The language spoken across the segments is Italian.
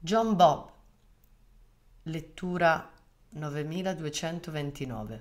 John Bob, lettura 9229.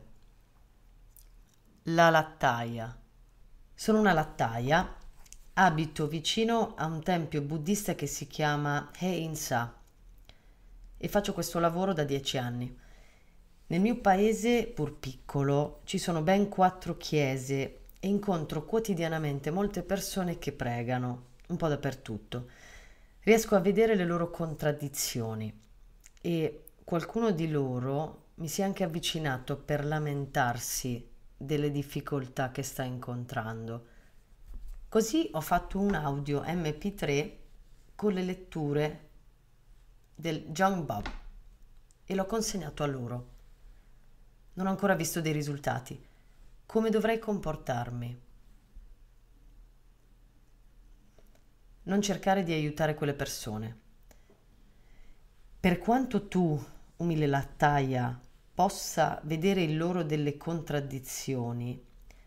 La lattaia. Sono una lattaia, abito vicino a un tempio buddista che si chiama Heinsa e faccio questo lavoro da 10 anni. Nel mio paese, pur piccolo, ci sono ben 4 chiese e incontro quotidianamente molte persone che pregano, un po' dappertutto. Riesco a vedere le loro contraddizioni e qualcuno di loro mi si è anche avvicinato per lamentarsi delle difficoltà che sta incontrando. Così ho fatto un audio MP3 con le letture del John Bob e l'ho consegnato a loro. Non ho ancora visto dei risultati. Come dovrei comportarmi? Non cercare di aiutare quelle persone. Per quanto tu, umile lattaia, possa vedere in loro delle contraddizioni,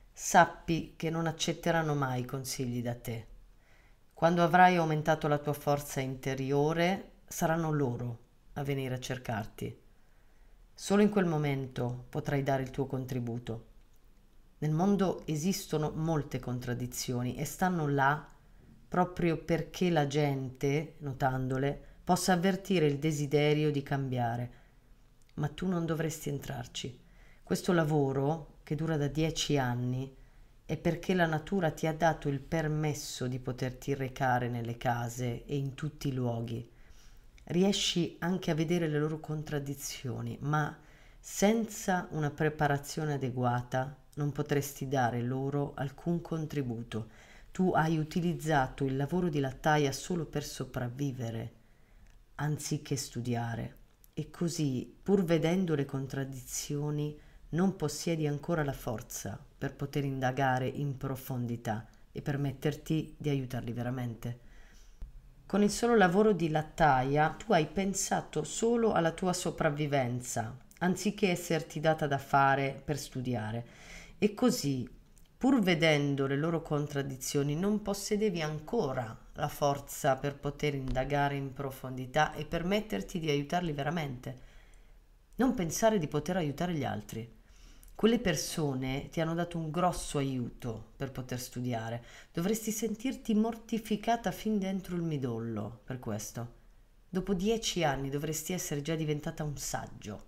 sappi che non accetteranno mai consigli da te. Quando avrai aumentato la tua forza interiore, saranno loro a venire a cercarti. Solo in quel momento potrai dare il tuo contributo. Nel mondo esistono molte contraddizioni e stanno là proprio perché la gente, notandole, possa avvertire il desiderio di cambiare. Ma tu non dovresti entrarci. Questo lavoro, che dura da 10 anni, è perché la natura ti ha dato il permesso di poterti recare nelle case e in tutti i luoghi. Riesci anche a vedere le loro contraddizioni, ma senza una preparazione adeguata non potresti dare loro alcun contributo. Tu hai utilizzato il lavoro di lattaia solo per sopravvivere, anziché studiare, e così, pur vedendo le contraddizioni, non possiedi ancora la forza per poter indagare in profondità e permetterti di aiutarli veramente. Con il solo lavoro di lattaia tu hai pensato solo alla tua sopravvivenza, anziché esserti data da fare per studiare. E così, pur vedendo le loro contraddizioni, non possedevi ancora la forza per poter indagare in profondità e permetterti di aiutarli veramente. Non pensare di poter aiutare gli altri. Quelle persone ti hanno dato un grosso aiuto per poter studiare. Dovresti sentirti mortificata fin dentro il midollo per questo. Dopo 10 anni dovresti essere già diventata un saggio.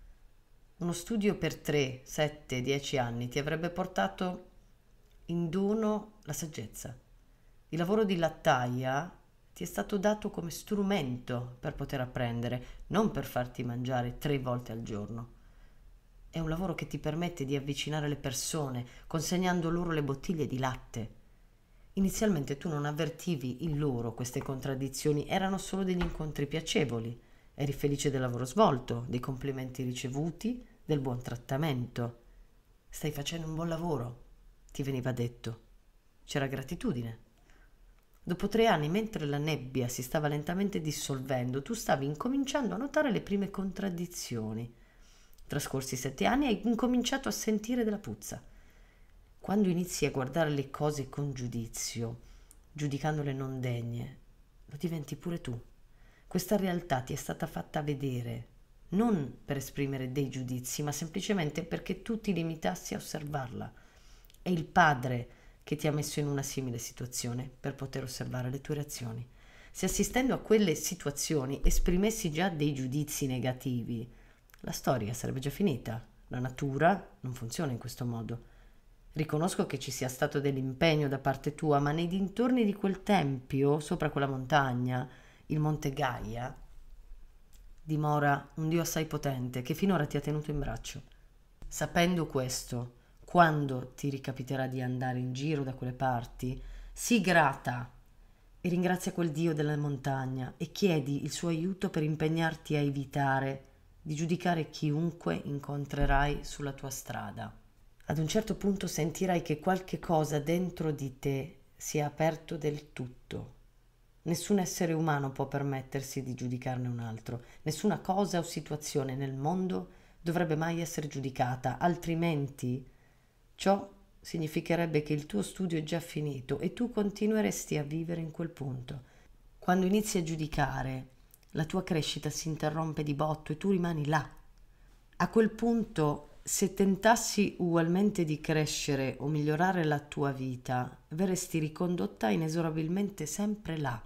Uno studio per 3, 7, 10 anni ti avrebbe portato in dono la saggezza. Il lavoro di lattaia ti è stato dato come strumento per poter apprendere, non per farti mangiare 3 volte al giorno. È un lavoro che ti permette di avvicinare le persone, consegnando loro le bottiglie di latte. Inizialmente tu non avvertivi in loro queste contraddizioni, erano solo degli incontri piacevoli. Eri felice del lavoro svolto, dei complimenti ricevuti, del buon trattamento. Stai facendo un buon lavoro, ti veniva detto. C'era gratitudine. Dopo 3 anni, mentre la nebbia si stava lentamente dissolvendo, tu stavi incominciando a notare le prime contraddizioni. Trascorsi 7 anni hai incominciato a sentire della puzza. Quando inizi a guardare le cose con giudizio, giudicandole non degne, lo diventi pure tu. Questa realtà ti è stata fatta vedere, non per esprimere dei giudizi, ma semplicemente perché tu ti limitassi a osservarla. È il Padre che ti ha messo in una simile situazione per poter osservare le tue reazioni. Se assistendo a quelle situazioni esprimessi già dei giudizi negativi, la storia sarebbe già finita. La natura non funziona in questo modo. Riconosco che ci sia stato dell'impegno da parte tua, ma nei dintorni di quel tempio, sopra quella montagna, il Monte Gaia, dimora un Dio assai potente che finora ti ha tenuto in braccio. Sapendo questo, quando ti ricapiterà di andare in giro da quelle parti, sii grata e ringrazia quel Dio della montagna e chiedi il suo aiuto per impegnarti a evitare di giudicare chiunque incontrerai sulla tua strada. Ad un certo punto sentirai che qualche cosa dentro di te si è aperto del tutto. Nessun essere umano può permettersi di giudicarne un altro. Nessuna cosa o situazione nel mondo dovrebbe mai essere giudicata, altrimenti ciò significherebbe che il tuo studio è già finito e tu continueresti a vivere in quel punto. Quando inizi a giudicare, la tua crescita si interrompe di botto e tu rimani là. A quel punto, se tentassi ugualmente di crescere o migliorare la tua vita, verresti ricondotta inesorabilmente sempre là.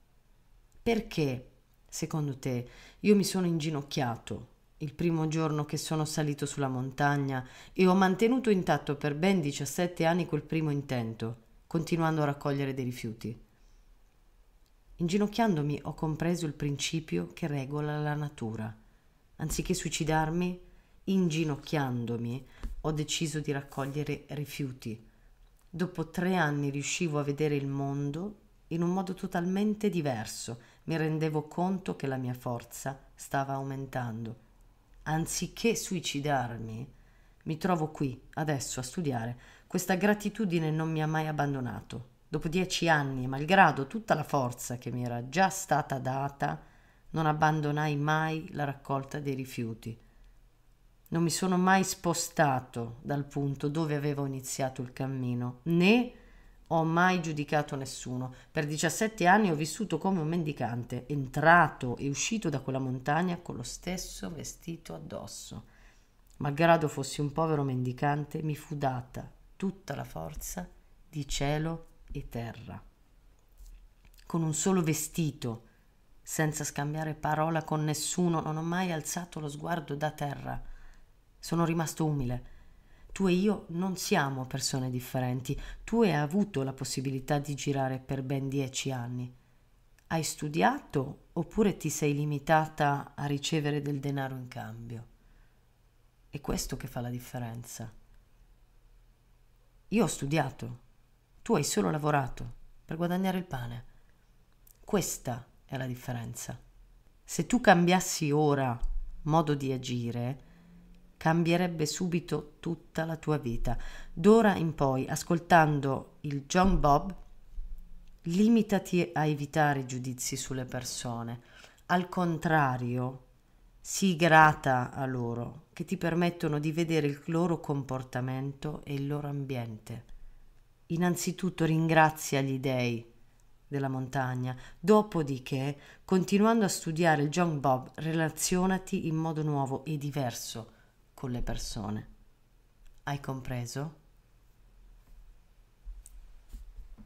Perché, secondo te, io mi sono inginocchiato il primo giorno che sono salito sulla montagna e ho mantenuto intatto per ben 17 anni quel primo intento, continuando a raccogliere dei rifiuti? Inginocchiandomi ho compreso il principio che regola la natura. Anziché suicidarmi, inginocchiandomi, ho deciso di raccogliere rifiuti. Dopo 3 anni riuscivo a vedere il mondo in un modo totalmente diverso. Mi rendevo conto che la mia forza stava aumentando. Anziché suicidarmi, mi trovo qui, adesso, a studiare. Questa gratitudine non mi ha mai abbandonato. Dopo 10 anni, malgrado tutta la forza che mi era già stata data, non abbandonai mai la raccolta dei rifiuti. Non mi sono mai spostato dal punto dove avevo iniziato il cammino, né ho mai giudicato nessuno. Per 17 anni ho vissuto come un mendicante, entrato e uscito da quella montagna con lo stesso vestito addosso. Malgrado fossi un povero mendicante, mi fu data tutta la forza di cielo e terra. Con un solo vestito, senza scambiare parola con nessuno, non ho mai alzato lo sguardo da terra. Sono rimasto umile. Tu e io non siamo persone differenti. Tu hai avuto la possibilità di girare per ben 10 anni. Hai studiato oppure ti sei limitata a ricevere del denaro in cambio? È questo che fa la differenza. Io ho studiato, tu hai solo lavorato per guadagnare il pane. Questa è la differenza. Se tu cambiassi ora modo di agire, cambierebbe subito tutta la tua vita. D'ora in poi, ascoltando il John Bob, limitati a evitare i giudizi sulle persone. Al contrario, sii grata a loro, che ti permettono di vedere il loro comportamento e il loro ambiente. Innanzitutto ringrazia gli dei della montagna, dopodiché, continuando a studiare il John Bob, relazionati in modo nuovo e diverso con le persone. Hai compreso?